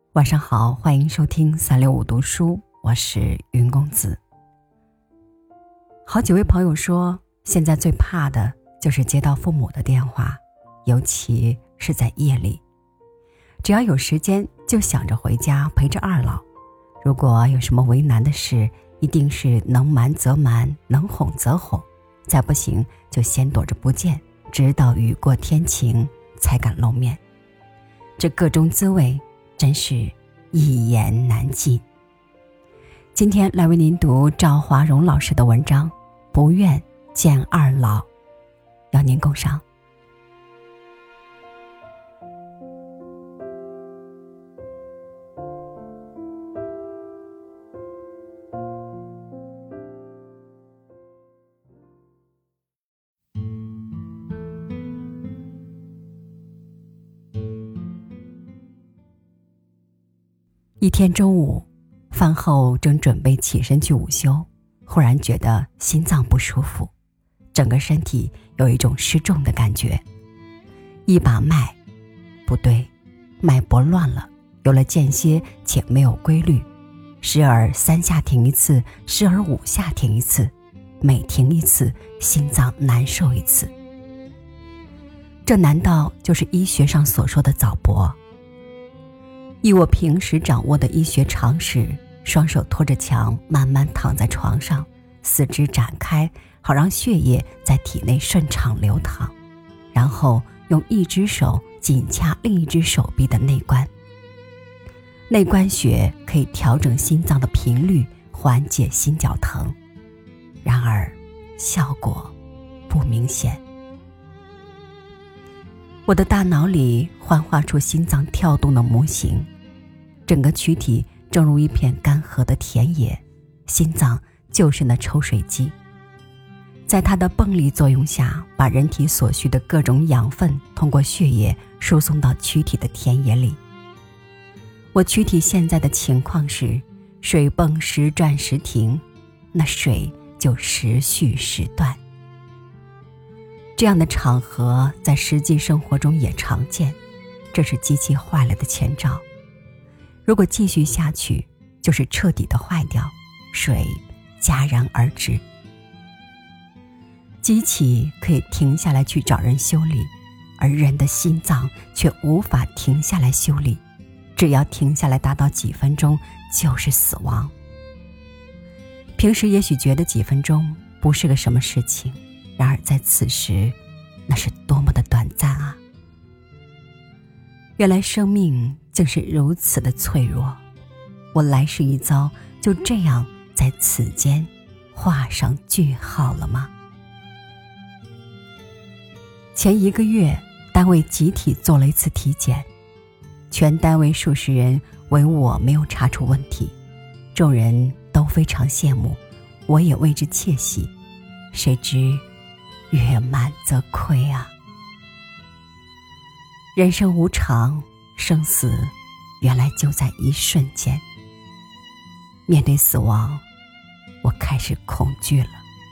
晚上好，欢迎收听365读书，我是云公子。好几位朋友说，现在最怕的就是接到父母的电话，尤其是在夜里。只要有时间就想着回家陪着二老，如果有什么为难的事，一定是能瞒则瞒，能哄则哄，再不行就先躲着不见，直到雨过天晴才敢露面。这各种滋味真是一言难尽。今天来为您读赵华荣老师的文章《不愿见二老》，邀您共赏。一天中午，饭后正准备起身去午休，忽然觉得心脏不舒服，整个身体有一种失重的感觉。一把脉，不对，脉搏乱了，有了间歇且没有规律，时而3下停一次，时而5下停一次，每停一次心脏难受一次。这难道就是医学上所说的早搏？以我平时掌握的医学常识，双手托着墙，慢慢躺在床上，四肢展开，好让血液在体内顺畅流淌，然后用一只手紧掐另一只手臂的内关。内关穴可以调整心脏的频率，缓解心绞疼，然而效果不明显。我的大脑里幻化出心脏跳动的模型，整个躯体正如一片干涸的田野，心脏就是那抽水机，在它的泵力作用下，把人体所需的各种养分通过血液输送到躯体的田野里。我躯体现在的情况是，水泵时转时停，那水就时续时断。这样的场合在实际生活中也常见，这是机器坏了的前兆。如果继续下去，就是彻底的坏掉，水戛然而止。机器可以停下来去找人修理，而人的心脏却无法停下来修理，只要停下来达到几分钟就是死亡。平时也许觉得几分钟不是个什么事情，然而在此时，那是多么的短暂啊！原来生命竟是如此的脆弱，我来世一遭就这样在此间画上句号了吗？前1个月，单位集体做了一次体检，全单位数十人唯我没有查出问题，众人都非常羡慕，我也为之窃喜。谁知月满则亏啊！人生无常，生死原来就在一瞬间。面对死亡，我开始恐惧了。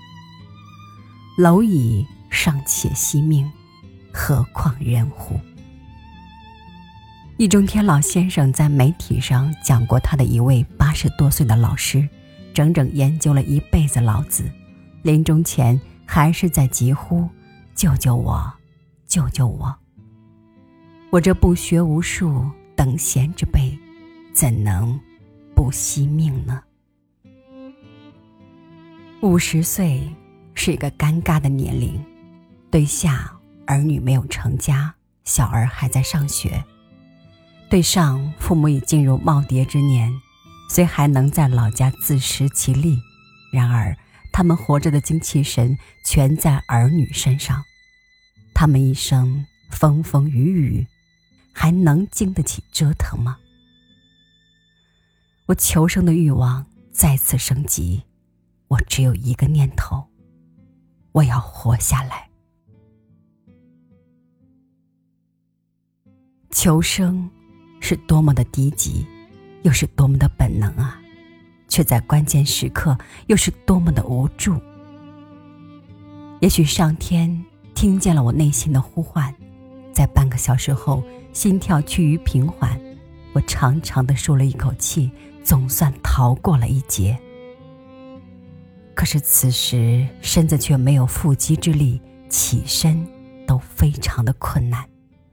蝼蚁尚且惜命，何况人乎？易中天老先生在媒体上讲过他的一位80多岁的老师，整整研究了一辈子老子，临终前还是在疾呼：救救我，救救我！我这不学无术等闲之辈，怎能不惜命呢？50岁是一个尴尬的年龄，对下儿女没有成家，小儿还在上学；对上父母已进入耄耋之年，虽还能在老家自食其力，然而他们活着的精气神全在儿女身上，他们一生风风雨雨，还能经得起折腾吗？我求生的欲望再次升级，我只有一个念头，我要活下来。求生是多么的低级，又是多么的本能啊，却在关键时刻又是多么的无助。也许上天听见了我内心的呼唤，在半个小时后心跳趋于平缓， 我长长地舒了一口气，总算逃过了一劫。可是此时身子却没有腹肌之力，起身都非常的困难。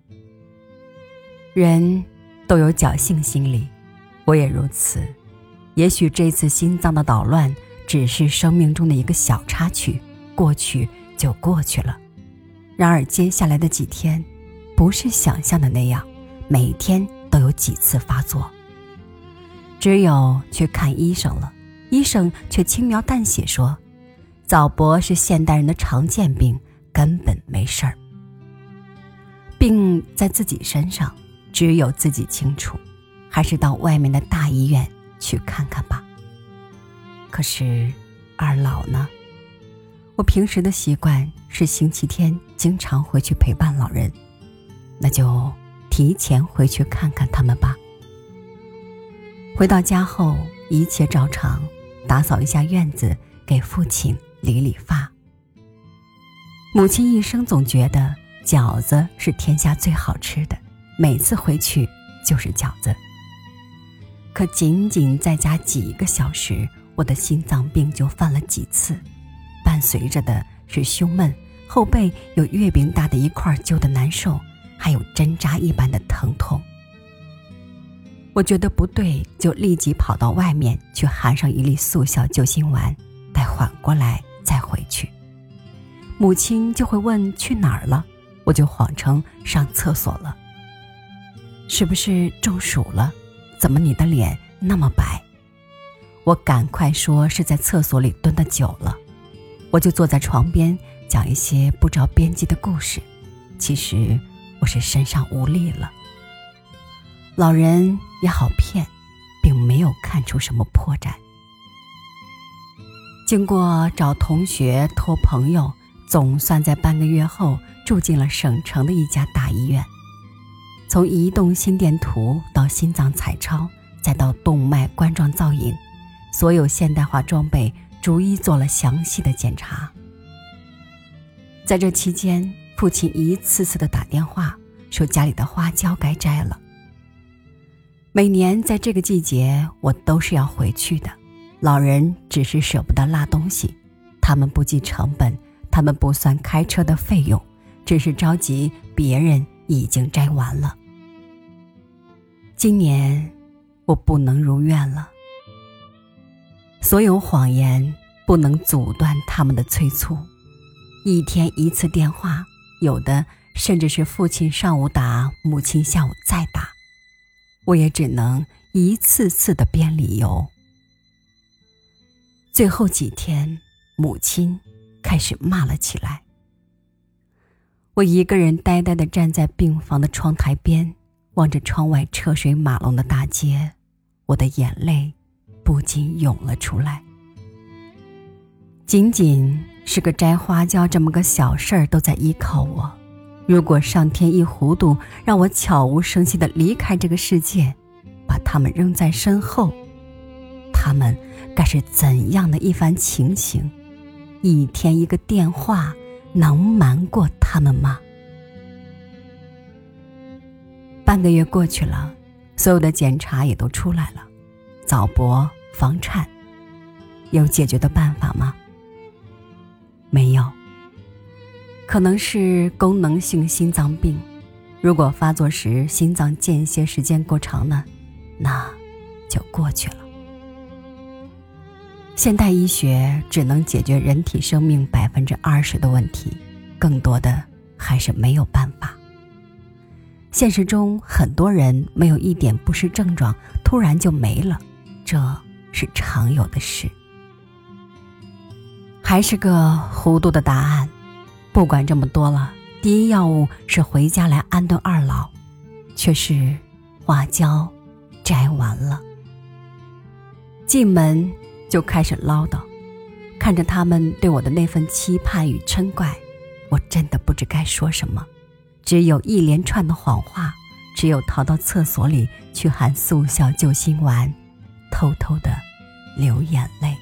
人都有侥幸心理，我也如此。也许这次心脏的捣乱只是生命中的一个小插曲，过去就过去了。然而接下来的几天不是想象的那样，每天都有几次发作。只有去看医生了，医生却轻描淡写说，早搏是现代人的常见病，根本没事儿。病在自己身上，只有自己清楚，还是到外面的大医院去看看吧。可是二老呢？我平时的习惯是星期天经常回去陪伴老人，那就提前回去看看他们吧。回到家后，一切照常，打扫一下院子，给父亲理理发。母亲一生总觉得饺子是天下最好吃的，每次回去就是饺子。可仅仅在家几个小时，我的心脏病就犯了几次，伴随着的是胸闷，后背有月饼大的一块揪得难受，还有针扎一般的疼痛。我觉得不对，就立即跑到外面去含上一粒速效救心丸，待缓过来再回去。母亲就会问去哪儿了，我就谎称上厕所了。是不是中暑了？怎么你的脸那么白？我赶快说是在厕所里蹲得久了。我就坐在床边讲一些不着边际的故事，其实我是身上无力了。老人也好骗，并没有看出什么破绽。经过找同学托朋友，总算在半个月后住进了省城的一家大医院。从移动心电图到心脏彩超，再到动脉冠状造影，所有现代化装备逐一做了详细的检查。在这期间，父亲一次次的打电话说家里的花椒该摘了。每年在这个季节我都是要回去的，老人只是舍不得拉东西，他们不计成本，他们不算开车的费用，只是着急别人已经摘完了。今年我不能如愿了。所有谎言不能阻断他们的催促，一天一次电话，有的甚至是父亲上午打，母亲下午再打，我也只能一次次的编理由。最后几天，母亲开始骂了起来。我一个人呆呆地站在病房的窗台边，望着窗外车水马龙的大街，我的眼泪不禁涌了出来。仅仅是个摘花椒这么个小事儿都在依靠我，如果上天一糊涂，让我悄无声息地离开这个世界，把他们扔在身后，他们该是怎样的一番情形？一天一个电话能瞒过他们吗？半个月过去了，所有的检查也都出来了，早搏房颤，有解决的办法吗？没有。可能是功能性心脏病，如果发作时心脏间歇时间够长呢，那就过去了。现代医学只能解决人体生命20%的问题，更多的还是没有办法。现实中很多人没有一点不适症状，突然就没了，这是常有的事。还是个糊涂的答案，不管这么多了，第一要务是回家来安顿二老，却是花椒摘完了。进门就开始唠叨，看着他们对我的那份期盼与嗔怪，我真的不知该说什么，只有一连串的谎话，只有逃到厕所里去含速效救心丸，偷偷的流眼泪。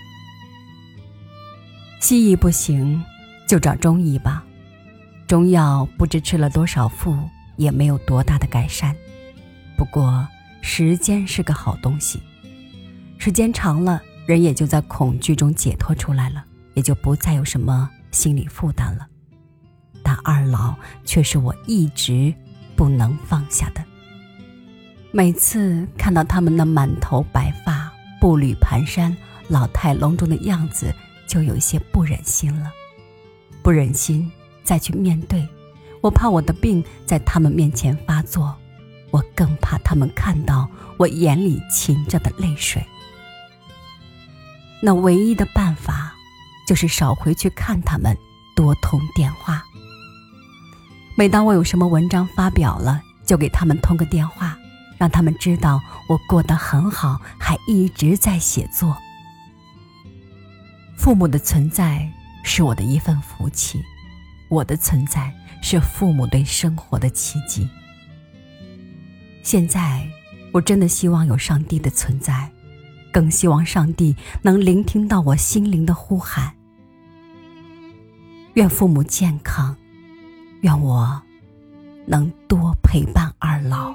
西医不行，就找中医吧。中药不知吃了多少副，也没有多大的改善。不过时间是个好东西，时间长了，人也就在恐惧中解脱出来了，也就不再有什么心理负担了。但二老却是我一直不能放下的。每次看到他们那满头白发、步履蹒跚、老态龙钟的样子，就有一些不忍心了。不忍心再去面对，我怕我的病在他们面前发作，我更怕他们看到我眼里噙着的泪水。那唯一的办法就是少回去看他们，多通电话。每当我有什么文章发表了，就给他们通个电话，让他们知道我过得很好，还一直在写作。父母的存在是我的一份福气，我的存在是父母对生活的奇迹。现在我真的希望有上帝的存在，更希望上帝能聆听到我心灵的呼喊。愿父母健康，愿我能多陪伴二老。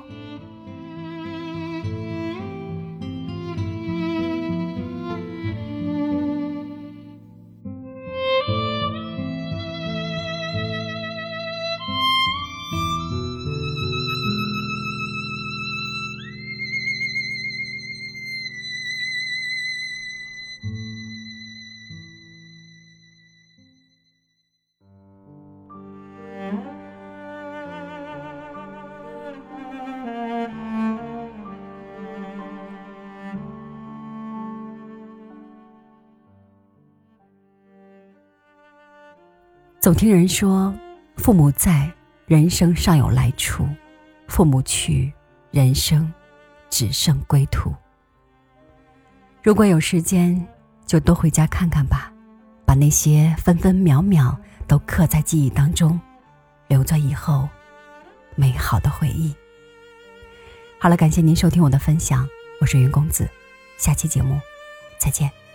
总听人说，父母在，人生尚有来处；父母去，人生只剩归途。如果有时间，就多回家看看吧，把那些分分秒秒都刻在记忆当中，留作以后美好的回忆。好了，感谢您收听我的分享，我是云公子，下期节目再见。